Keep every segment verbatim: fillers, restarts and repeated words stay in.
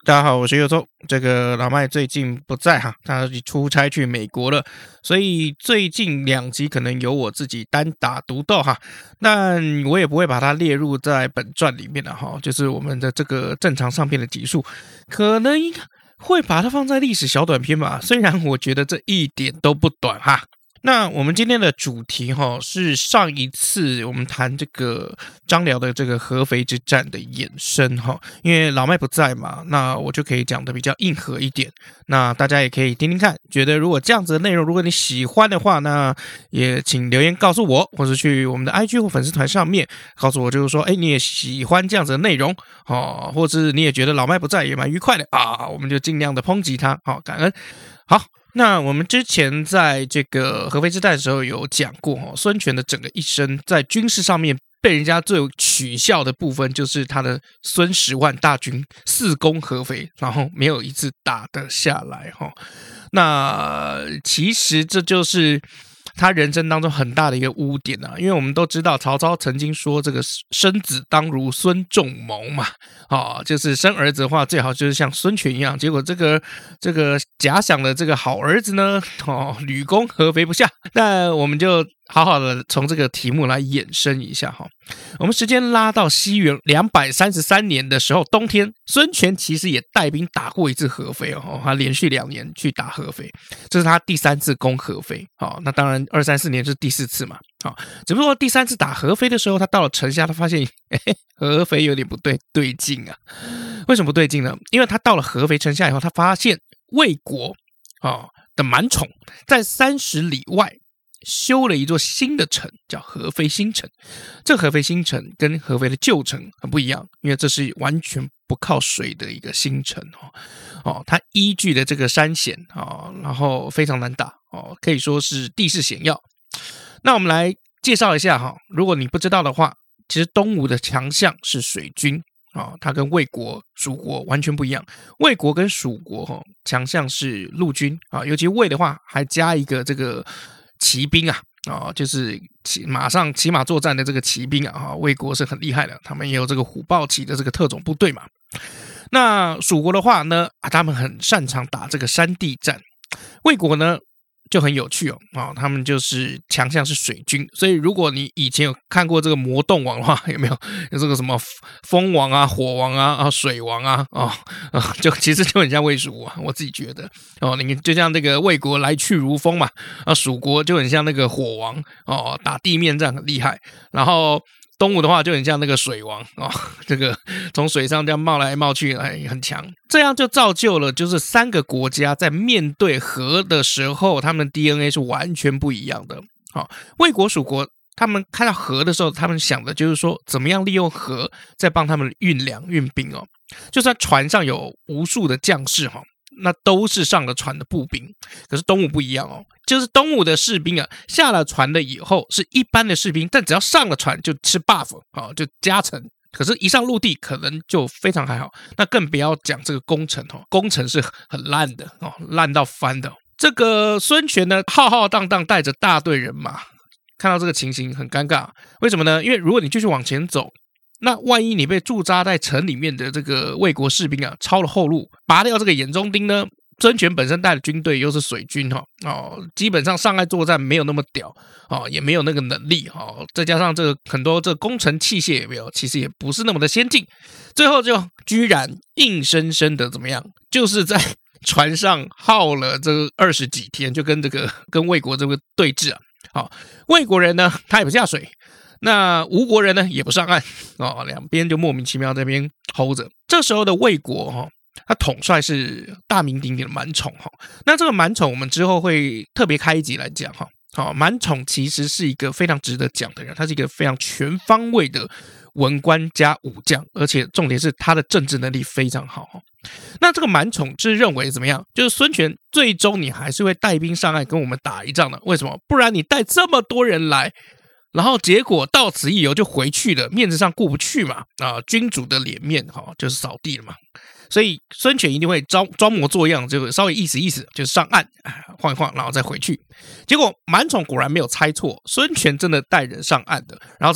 大家好，我是佑宗。这个老麦最近不在哈，他出差去美国了，所以最近两集可能由我自己单打独斗哈，但我也不会把它列入在本传里面的哈，就是我们的这个正常上片的集数，可能会把它放在历史小短片吧，虽然我觉得这一点都不短哈。那我们今天的主题哈是上一次我们谈这个张辽的这个合肥之战的衍生哈，因为老麦不在嘛，那我就可以讲的比较硬核一点。那大家也可以听听看，觉得如果这样子的内容，如果你喜欢的话，那也请留言告诉我，或者去我们的 I G 或粉丝团上面告诉我，就是说，哎，你也喜欢这样子的内容哦，或者你也觉得老麦不在也蛮愉快的啊，我们就尽量的抨击他，好，感恩，好。那我们之前在这个合肥之战的时候有讲过哦，孙权的整个一生在军事上面被人家最取笑的部分，就是他的孙十万大军四攻合肥，然后没有一次打得下来哈。那其实这就是他人生当中很大的一个污点啊，因为我们都知道曹操曾经说这个生子当如孙仲谋嘛，哦，就是生儿子的话最好就是像孙权一样，结果这个这个假想的这个好儿子呢，哦，屡攻合肥不下，那我们就好好的从这个题目来衍生一下哈。我们时间拉到西元两百三十三年的时候，冬天，孙权其实也带兵打过一次合肥哦，他连续两年去打合肥，这是他第三次攻合肥。好，那当然二三四年是第四次嘛。好，只不过第三次打合肥的时候，他到了城下，他发现嘿嘿合肥有点不对对劲啊。为什么不对劲呢？因为他到了合肥城下以后，他发现魏国哦的满宠在三十里外修了一座新的城，叫合肥新城。这合肥新城跟合肥的旧城很不一样，因为这是完全不靠水的一个新城哦。哦，它依据的这个山险哦，然后非常难打哦，可以说是地势险要。那我们来介绍一下哈，如果你不知道的话，其实东吴的强项是水军啊，它跟魏国、蜀国完全不一样。魏国跟蜀国哈强项是陆军啊，尤其魏的话还加一个这个骑兵啊，啊，就是骑马上骑马作战的这个骑兵啊，魏国是很厉害的，他们也有这个虎豹骑的这个特种部队嘛。那蜀国的话呢，啊，他们很擅长打这个山地战。魏国呢就很有趣哦，哦，他们就是强项是水军，所以如果你以前有看过这个魔动王的话，有没有有这个什么风王啊、火王啊、啊水王啊，哦，啊，就其实就很像魏蜀啊，我自己觉得哦，你就像这个魏国来去如风嘛，啊，蜀国就很像那个火王哦，打地面战很厉害，然后东吴的话就很像那个水王哦，这个从水上这样冒来冒去，哎，很强。这样就造就了，就是三个国家在面对河的时候，他们的 D N A 是完全不一样的。好，魏国、蜀国他们看到河的时候，他们想的就是说，怎么样利用河再帮他们运粮、运兵哦。就算船上有无数的将士哈，那都是上了船的步兵。可是东吴不一样哦，就是东吴的士兵啊，下了船了以后是一般的士兵，但只要上了船就吃 buff 啊，就加成。可是，一上陆地可能就非常还好，那更不要讲这个攻城哦，攻城是很烂的哦，烂到翻的。这个孙权呢，浩浩荡荡带着大队人马，看到这个情形很尴尬。为什么呢？因为如果你继续往前走，那万一你被驻扎在城里面的这个魏国士兵啊抄了后路，拔掉这个眼中钉呢？孙权本身带的军队又是水军哈哦，基本上上岸作战没有那么屌哦，也没有那个能力哦，再加上这个很多这个工程器械也没有，其实也不是那么的先进，最后就居然硬生生的怎么样，就是在船上耗了这个二十几天，就跟这个跟魏国这个对峙啊。好，魏国人呢他也不下水，那吴国人呢也不上岸哦，两边就莫名其妙在那边 hold 着。这时候的魏国哈。他统帅是大名鼎鼎的满宠哈，那这个满宠我们之后会特别开一集来讲哈。好，满宠其实是一个非常值得讲的人，他是一个非常全方位的文官加武将，而且重点是他的政治能力非常好。那这个满宠是认为怎么样？就是孙权最终你还是会带兵上岸跟我们打一仗的，为什么？不然你带这么多人来。然后结果到此一游就回去了，面子上过不去嘛，啊，君主的脸面哈、哦、就是扫地了嘛，所以孙权一定会装装模作样，就稍微意思意思，就是上岸晃一晃，然后再回去。结果满宠果然没有猜错，孙权真的带人上岸的，然后怎么样？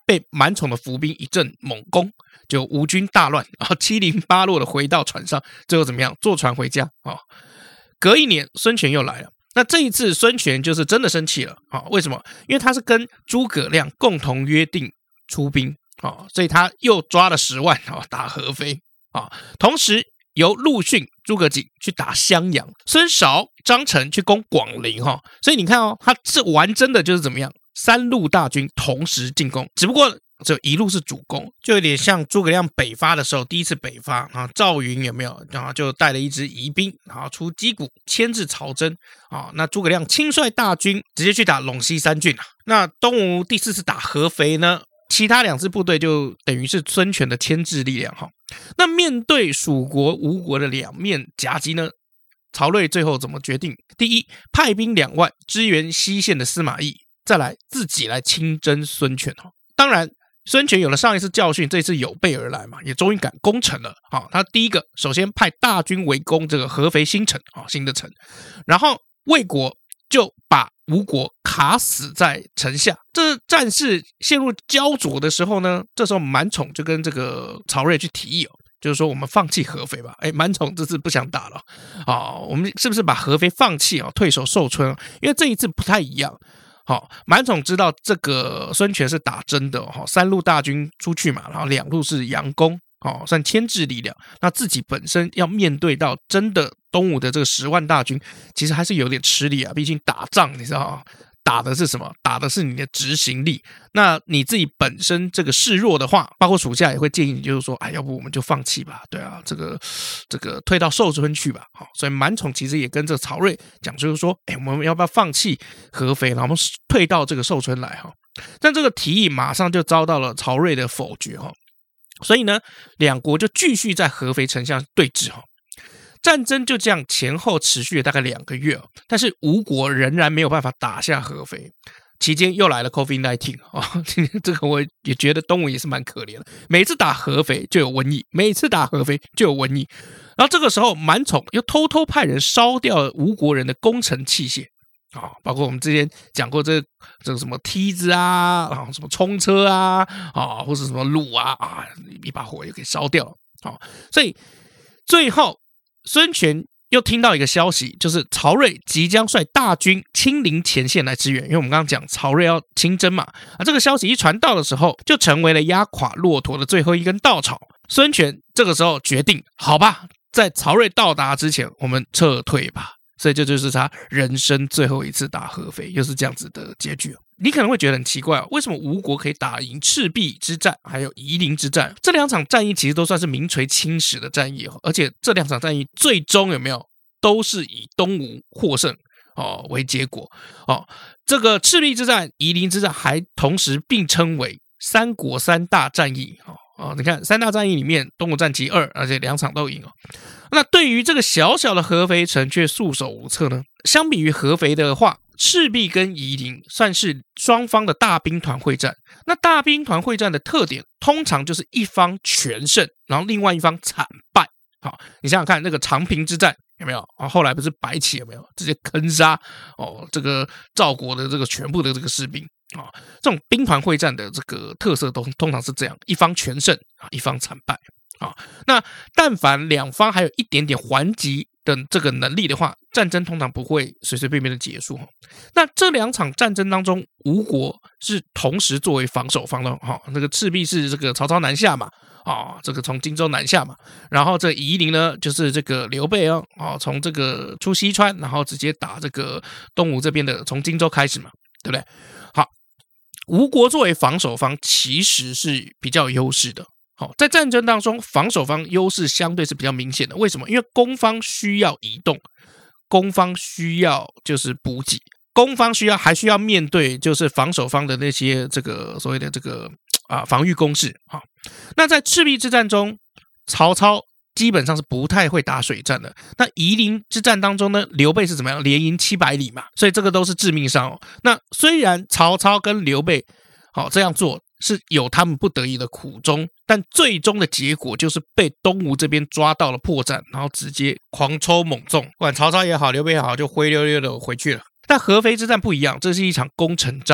被满宠的伏兵一阵猛攻，就吴军大乱，然后七零八落的回到船上，最后怎么样？坐船回家啊、哦。隔一年，孙权又来了。那这一次，孙权就是真的生气了啊、哦？为什么？因为他是跟诸葛亮共同约定出兵啊、哦，所以他又抓了十万啊、哦、打合肥啊、哦。同时由陆逊、诸葛瑾去打襄阳，孙韶、张成去攻广陵哈、哦。所以你看哦，他这玩真的就是怎么样？三路大军同时进攻，只不过只有一路是主攻，就有点像诸葛亮北伐的时候，第一次北伐啊，赵云有没有？然后就带了一支疑兵，然后出击鼓牵制曹真啊。那诸葛亮亲率大军直接去打陇西三郡啊。那东吴第四次打合肥呢，其他两支部队就等于是孙权的牵制力量哈。那面对蜀国、吴国的两面夹击呢，曹睿最后怎么决定？第一，派兵两万支援西线的司马懿。再来自己来亲征孙权哈，当然孙权有了上一次教训，这次有备而来嘛，也终于敢攻城了啊。他第一个首先派大军围攻这个合肥新城啊，新的城，然后魏国就把吴国卡死在城下。这战事陷入焦灼的时候呢，这时候满宠就跟这个曹睿去提议哦。就是说我们放弃合肥吧，哎，满宠这次不想打了啊，我们是不是把合肥放弃啊，退守寿春？因为这一次不太一样。好，满宠知道这个孙权是打真的哦，三路大军出去嘛，然后两路是佯攻，哦，算牵制力量。那自己本身要面对到真的东吴的这个十万大军，其实还是有点吃力啊。毕竟打仗，你知道吗？打的是什么？打的是你的执行力。那你自己本身这个示弱的话，包括属下也会建议你，就是说，哎，要不我们就放弃吧？对啊，这个这个退到寿春去吧。好，所以满宠其实也跟这曹睿讲，就是说，哎，我们要不要放弃合肥，然后我们退到这个寿春来哈？但这个提议马上就遭到了曹睿的否决哈。所以呢，两国就继续在合肥城下对峙哈。战争就这样前后持续了大概两个月，但是吴国仍然没有办法打下合肥。期间又来了 COVID 十九 啊、哦，这个我也觉得东吴也是蛮可怜的，每次打合肥就有瘟疫，每次打合肥就有瘟疫。然后这个时候满宠又偷偷派人烧掉了吴国人的工程器械啊、哦，包括我们之前讲过这这个什么梯子啊，然后什么冲车啊啊、哦，或是什么路啊啊，一把火也给烧掉了啊、哦，所以最后。孙权又听到一个消息，就是曹睿即将率大军亲临前线来支援，因为我们刚刚讲曹睿要亲征嘛，啊，这个消息一传到的时候，就成为了压垮骆驼的最后一根稻草。孙权这个时候决定，好吧，在曹睿到达之前，我们撤退吧。所以这就是他人生最后一次打合肥，又是这样子的结局。你可能会觉得很奇怪、哦、为什么吴国可以打赢赤壁之战还有夷陵之战？这两场战役其实都算是名垂青史的战役、哦、而且这两场战役最终有没有都是以东吴获胜哦为结果哦。这个赤壁之战、夷陵之战还同时并称为三国三大战役哦。哦，你看三大战役里面，东吴战绩二，而且两场都赢哦。那对于这个小小的合肥城却束手无策呢？相比于合肥的话，赤壁跟夷陵算是双方的大兵团会战。那大兵团会战的特点，通常就是一方全胜，然后另外一方惨败。好，你想想看，那个长平之战有没有？啊，后来不是白起有没有直接坑杀哦这个赵国的这个全部的这个士兵？啊、哦，这种兵团会战的这个特色都通常是这样，一方全胜啊，一方惨败啊、哦。那但凡两方还有一点点还击的这个能力的话，战争通常不会随随便便的结束。那这两场战争当中，吴国是同时作为防守方的哈、哦，那个赤壁是这个曹操南下嘛，啊、哦，这个从荆州南下嘛，然后这夷陵呢就是这个刘备哦，哦从这个出西川，然后直接打这个东吴这边的，从荆州开始嘛，对不对？好，吴国作为防守方其实是比较有优势的。好，在战争当中，防守方优势相对是比较明显的。为什么？因为攻方需要移动，攻方需要就是补给，攻方需要还需要面对就是防守方的那些这个所谓的这个啊防御工事啊。那在赤壁之战中，曹操基本上是不太会打水战的。那夷陵之战当中呢，刘备是怎么样连赢七百里嘛，所以这个都是致命伤哦。那虽然曹操跟刘备好、哦、这样做是有他们不得已的苦衷，但最终的结果就是被东吴这边抓到了破绽，然后直接狂抽猛中，不管曹操也好，刘备也好，就灰溜溜的回去了。但合肥之战不一样，这是一场攻城战哦。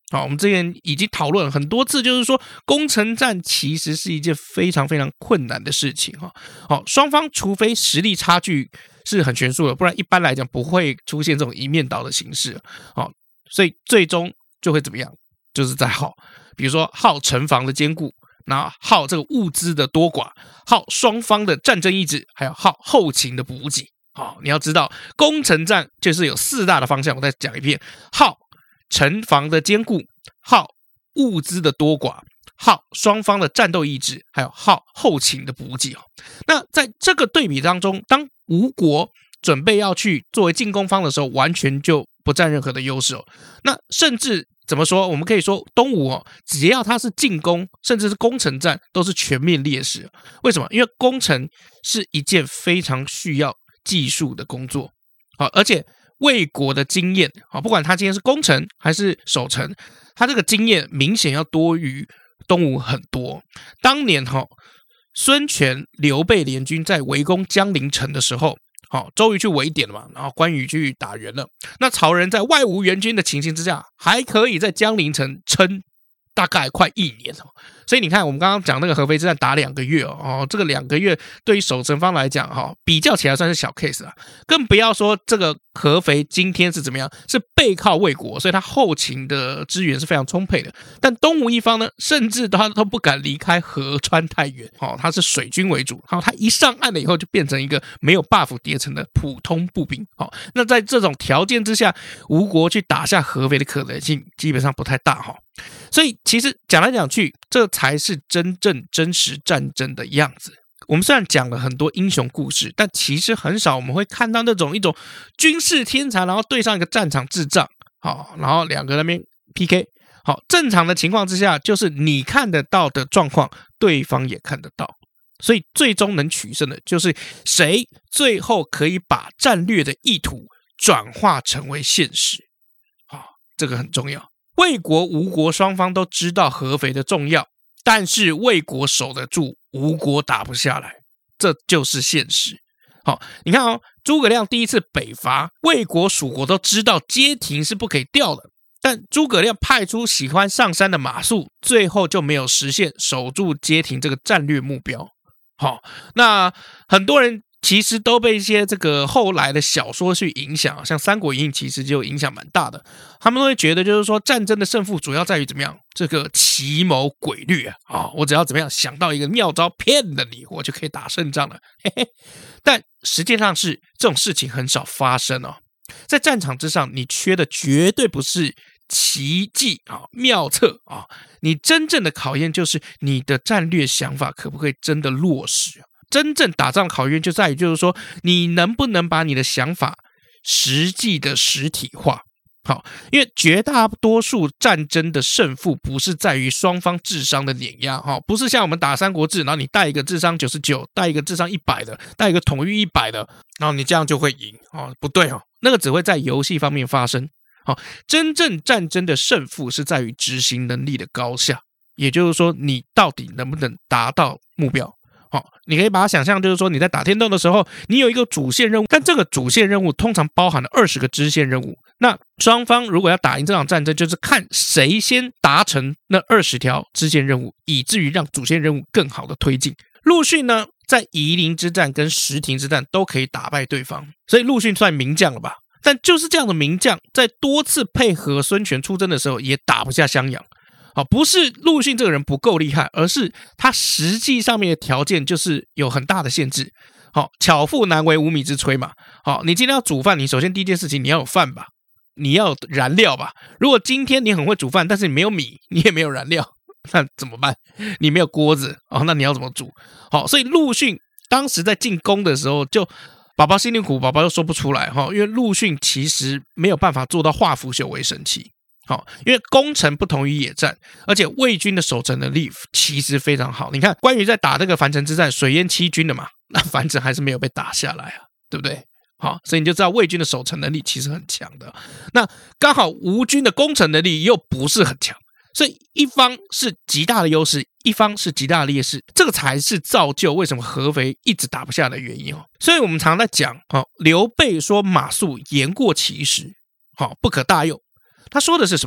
好，我们之前已经讨论了很多次，就是说攻城战其实是一件非常非常困难的事情哈。好，双方除非实力差距是很悬殊的，不然一般来讲不会出现这种一面倒的形式。好，所以最终就会怎么样？就是在耗，比如说耗城防的坚固，然后耗这个物资的多寡，耗双方的战争意志，还有耗后勤的补给。好，你要知道攻城战就是有四大的方向，我再讲一遍：耗城防的坚固，耗物资的多寡，耗双方的战斗意志，还有耗后勤的补给。那在这个对比当中，当吴国准备要去作为进攻方的时候，完全就不占任何的优势哦。那甚至怎么说？我们可以说东吴哦，只要他是进攻，甚至是攻城战，都是全面劣势。为什么？因为攻城是一件非常需要技术的工作，好，而且魏国的经验，好，不管他今天是攻城还是守城，他这个经验明显要多于东吴很多。当年哈、哦，孙权、刘备联军在围攻江陵城的时候，好，周瑜去围点了嘛，然后关羽去打援了。那曹仁在外无援军的情形之下，还可以在江陵城撑大概快一年哦。所以你看，我们刚刚讲那个合肥之战打两个月哦，哦这个两个月对于守城方来讲，哈、哦，比较起来算是小 case 啊。更不要说这个合肥今天是怎么样，是背靠魏国，所以他后勤的资源是非常充沛的。但东吴一方呢，甚至他都不敢离开河川太远，哦，他是水军为主，好，他一上岸了以后就变成一个没有 buff 叠成的普通步兵，好，那在这种条件之下，吴国去打下合肥的可能性基本上不太大哈。所以其实讲来讲去，这才是真正真实战争的样子。我们虽然讲了很多英雄故事，但其实很少我们会看到那种一种军事天才，然后对上一个战场智障，好，然后两个那边 P K。好，正常的情况之下，就是你看得到的状况，对方也看得到，所以最终能取胜的就是谁最后可以把战略的意图转化成为现实。好，这个很重要。魏国、吴国双方都知道合肥的重要，但是魏国守得住，吴国打不下来，这就是现实。好，你看哦，诸葛亮第一次北伐，魏国、蜀国都知道街亭是不可以调的，但诸葛亮派出喜欢上山的马谡，最后就没有实现守住街亭这个战略目标。好，那很多人其实都被一些这个后来的小说去影响，像《三国演义》其实就影响蛮大的。他们会觉得就是说战争的胜负主要在于怎么样，这个奇谋诡略啊、哦，我只要怎么样想到一个妙招骗了你，我就可以打胜仗了。嘿嘿，但实际上是这种事情很少发生哦。在战场之上，你缺的绝对不是奇技啊、妙策啊，你真正的考验就是你的战略想法可不可以真的落实。真正打仗考验就在于，就是说你能不能把你的想法实际的实体化。好，因为绝大多数战争的胜负不是在于双方智商的碾压，不是像我们打三国志，然后你带一个智商九十九，带一个智商一百的，带一个统御一百的，然后你这样就会赢。不对哦，那个只会在游戏方面发生。真正战争的胜负是在于执行能力的高下，也就是说你到底能不能达到目标。好，你可以把它想象，就是说你在打天斗的时候，你有一个主线任务，但这个主线任务通常包含了二十个支线任务。那双方如果要打赢这场战争，就是看谁先达成那二十条支线任务，以至于让主线任务更好的推进。陆逊呢，在夷陵之战跟石亭之战都可以打败对方，所以陆逊算名将了吧？但就是这样的名将，在多次配合孙权出征的时候，也打不下襄阳。好，不是陆逊这个人不够厉害，而是他实际上面的条件就是有很大的限制。好，巧妇难为无米之炊嘛。好，你今天要煮饭，你首先第一件事情你要有饭吧，你要有燃料吧。如果今天你很会煮饭，但是你没有米，你也没有燃料，那怎么办？你没有锅子哦，那你要怎么煮？好，所以陆逊当时在进攻的时候，就宝宝心里苦，宝宝又说不出来哈，因为陆逊其实没有办法做到化腐朽为神奇。好，因为攻城不同于野战，而且魏军的守城能力其实非常好。你看关羽在打这个樊城之战，水淹七军的嘛，那樊城还是没有被打下来啊，对不对？好，所以你就知道魏军的守城能力其实很强的。那刚好吴军的攻城能力又不是很强，所以一方是极大的优势，一方是极大的劣势，这个才是造就为什么合肥一直打不下的原因哦。所以我们常在讲，哦，刘备说马谡言过其实，好，不可大用。他说的是什么？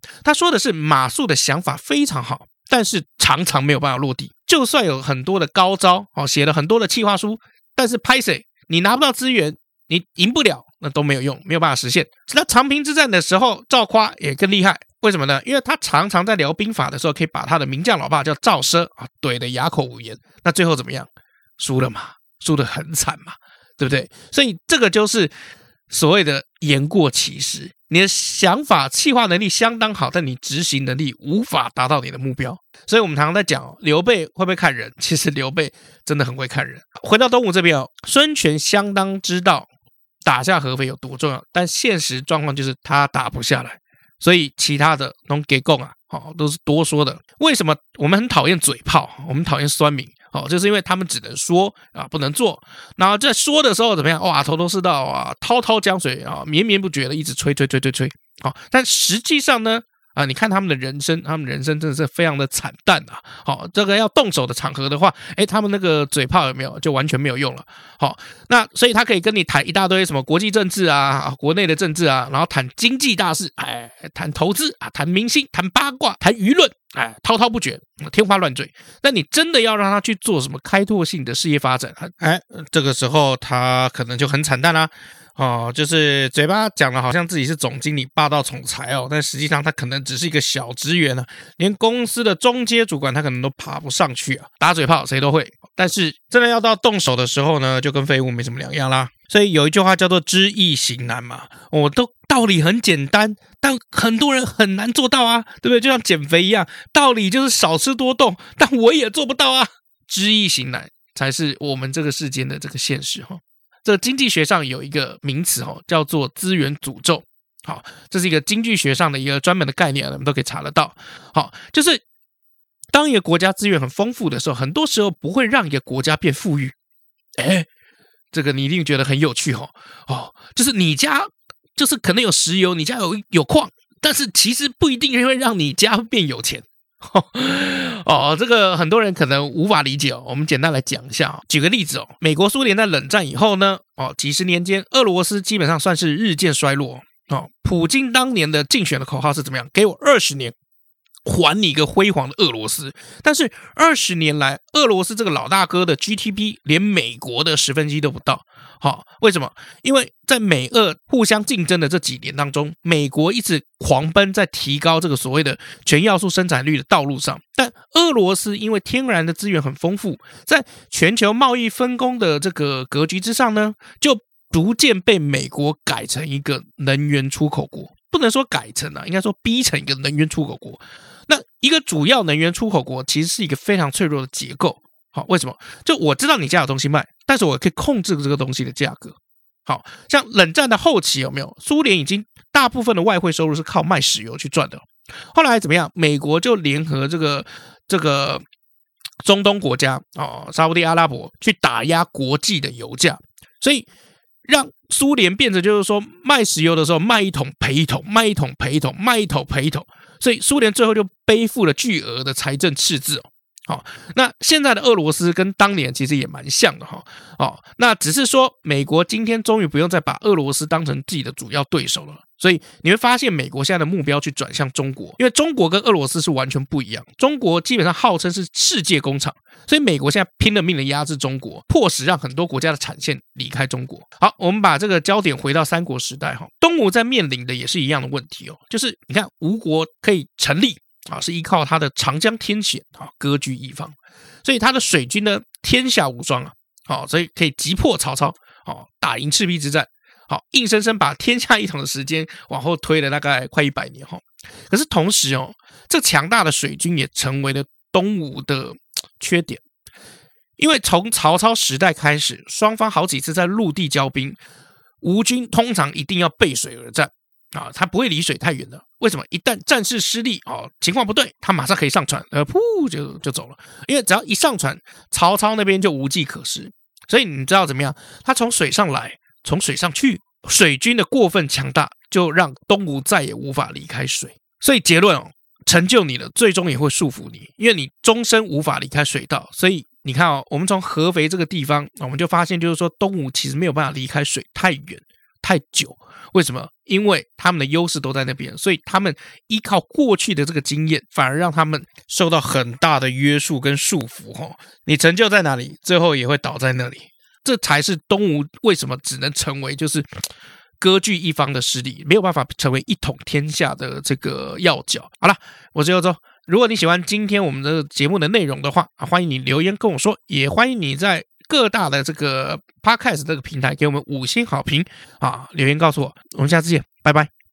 他说的是马谡的想法非常好，但是常常没有办法落地。就算有很多的高招，写了很多的企划书，但是拍谁你拿不到资源，你赢不了，那都没有用，没有办法实现。那长平之战的时候，赵夸也更厉害，为什么呢？因为他常常在聊兵法的时候，可以把他的名将老爸叫赵奢啊怼得哑口无言。那最后怎么样？输了嘛，输得很惨嘛，对不对？所以这个就是所谓的言过其实，你的想法企划能力相当好，但你执行能力无法达到你的目标。所以我们常常在讲刘备会不会看人，其实刘备真的很会看人。回到东吴这边哦，孙权相当知道打下合肥有多重要，但现实状况就是他打不下来，所以其他的都给供啊，哦，都是多说的。为什么我们很讨厌嘴炮，我们讨厌酸民？哦，就是因为他们只能说啊，不能做。然后在说的时候怎么样？哇，头头是道啊，滔滔江水啊，绵绵不绝的一直吹吹吹吹吹。好、哦，但实际上呢？啊，你看他们的人生，他们人生真的是非常的惨淡啊！好、哦，这个要动手的场合的话，哎，他们那个嘴炮有没有就完全没有用了？好、哦，那所以他可以跟你谈一大堆什么国际政治啊、啊国内的政治啊，然后谈经济大事，哎，谈投资啊，谈明星，谈八卦，谈舆论，哎，滔滔不绝，天花乱坠。但你真的要让他去做什么开拓性的事业发展，哎，这个时候他可能就很惨淡啦、啊。哦，就是嘴巴讲的好像自己是总经理霸道总裁哦，但实际上他可能只是一个小职员啊，连公司的中阶主管他可能都爬不上去啊。打嘴炮谁都会，但是真的要到动手的时候呢，就跟废物没什么两样啦。所以有一句话叫做知易行难嘛，我、哦、都道理很简单，但很多人很难做到啊，对不对？就像减肥一样，道理就是少吃多动，但我也做不到啊。知易行难才是我们这个世间的这个现实哈、哦。这个经济学上有一个名词哦，叫做资源诅咒。好，这是一个经济学上的一个专门的概念，我们都可以查得到。好，就是当一个国家资源很丰富的时候，很多时候不会让一个国家变富裕。哎，这个你一定觉得很有趣哦。哦，就是你家就是可能有石油，你家有有矿，但是其实不一定会让你家变有钱。哦，这个很多人可能无法理解哦。我们简单来讲一下、哦，举个例子哦，美国苏联在冷战以后呢，哦，几十年间，俄罗斯基本上算是日渐衰落。哦，普京当年的竞选的口号是怎么样？给我二十年，还你一个辉煌的俄罗斯。但是二十年来，俄罗斯这个老大哥的 G D P 连美国的十分之一都不到。好、哦，为什么？因为在美俄互相竞争的这几年当中，美国一直狂奔在提高这个所谓的全要素生产率的道路上，但俄罗斯因为天然的资源很丰富，在全球贸易分工的这个格局之上呢，就逐渐被美国改成一个能源出口国。不能说改成啊，应该说逼成一个能源出口国。那一个主要能源出口国其实是一个非常脆弱的结构。好，为什么？就我知道你家有东西卖，但是我可以控制这个东西的价格。好，像冷战的后期有没有？苏联已经大部分的外汇收入是靠卖石油去赚的。后来怎么样？美国就联合这个这个中东国家哦，沙烏地阿拉伯去打压国际的油价，所以让苏联变成就是说卖石油的时候卖一桶赔一桶，卖一桶赔一桶，卖一桶赔一桶，所以苏联最后就背负了巨额的财政赤字哦。好、哦，那现在的俄罗斯跟当年其实也蛮像的哈、哦。哦，那只是说美国今天终于不用再把俄罗斯当成自己的主要对手了，所以你会发现美国现在的目标去转向中国，因为中国跟俄罗斯是完全不一样。中国基本上号称是世界工厂，所以美国现在拼了命的压制中国，迫使让很多国家的产线离开中国。好，我们把这个焦点回到三国时代哈，东吴在面临的也是一样的问题哦，就是你看吴国可以成立。啊，是依靠他的长江天险啊，割据一方，所以他的水军呢天下无双啊，好、哦，所以可以击破曹操，哦，打赢赤壁之战，好、哦，硬生生把天下一统的时间往后推了大概快一百年哈、哦。可是同时哦，这强大的水军也成为了东吴的缺点，因为从曹操时代开始，双方好几次在陆地交兵，吴军通常一定要背水而战。啊，他不会离水太远的。为什么？一旦战事失利，哦，情况不对，他马上可以上船，呃，噗就就走了。因为只要一上船，曹操那边就无计可施。所以你知道怎么样？他从水上来，从水上去，水军的过分强大，就让东吴再也无法离开水。所以结论哦，成就你了，最终也会束缚你，因为你终身无法离开水道。所以你看哦，我们从合肥这个地方，我们就发现，就是说东吴其实没有办法离开水太远。 太久。为什么？因为他们的优势都在那边，所以他们依靠过去的这个经验，反而让他们受到很大的约束跟束缚。你成就在哪里，最后也会倒在那里。这才是东吴为什么只能成为就是割据一方的势力，没有办法成为一统天下的这个要角。好了，我是尤周。如果你喜欢今天我们的节目的内容的话，欢迎你留言跟我说，也欢迎你在各大的这个 Podcast 这个平台给我们五星好评啊，留言告诉我。我们下次见，拜拜。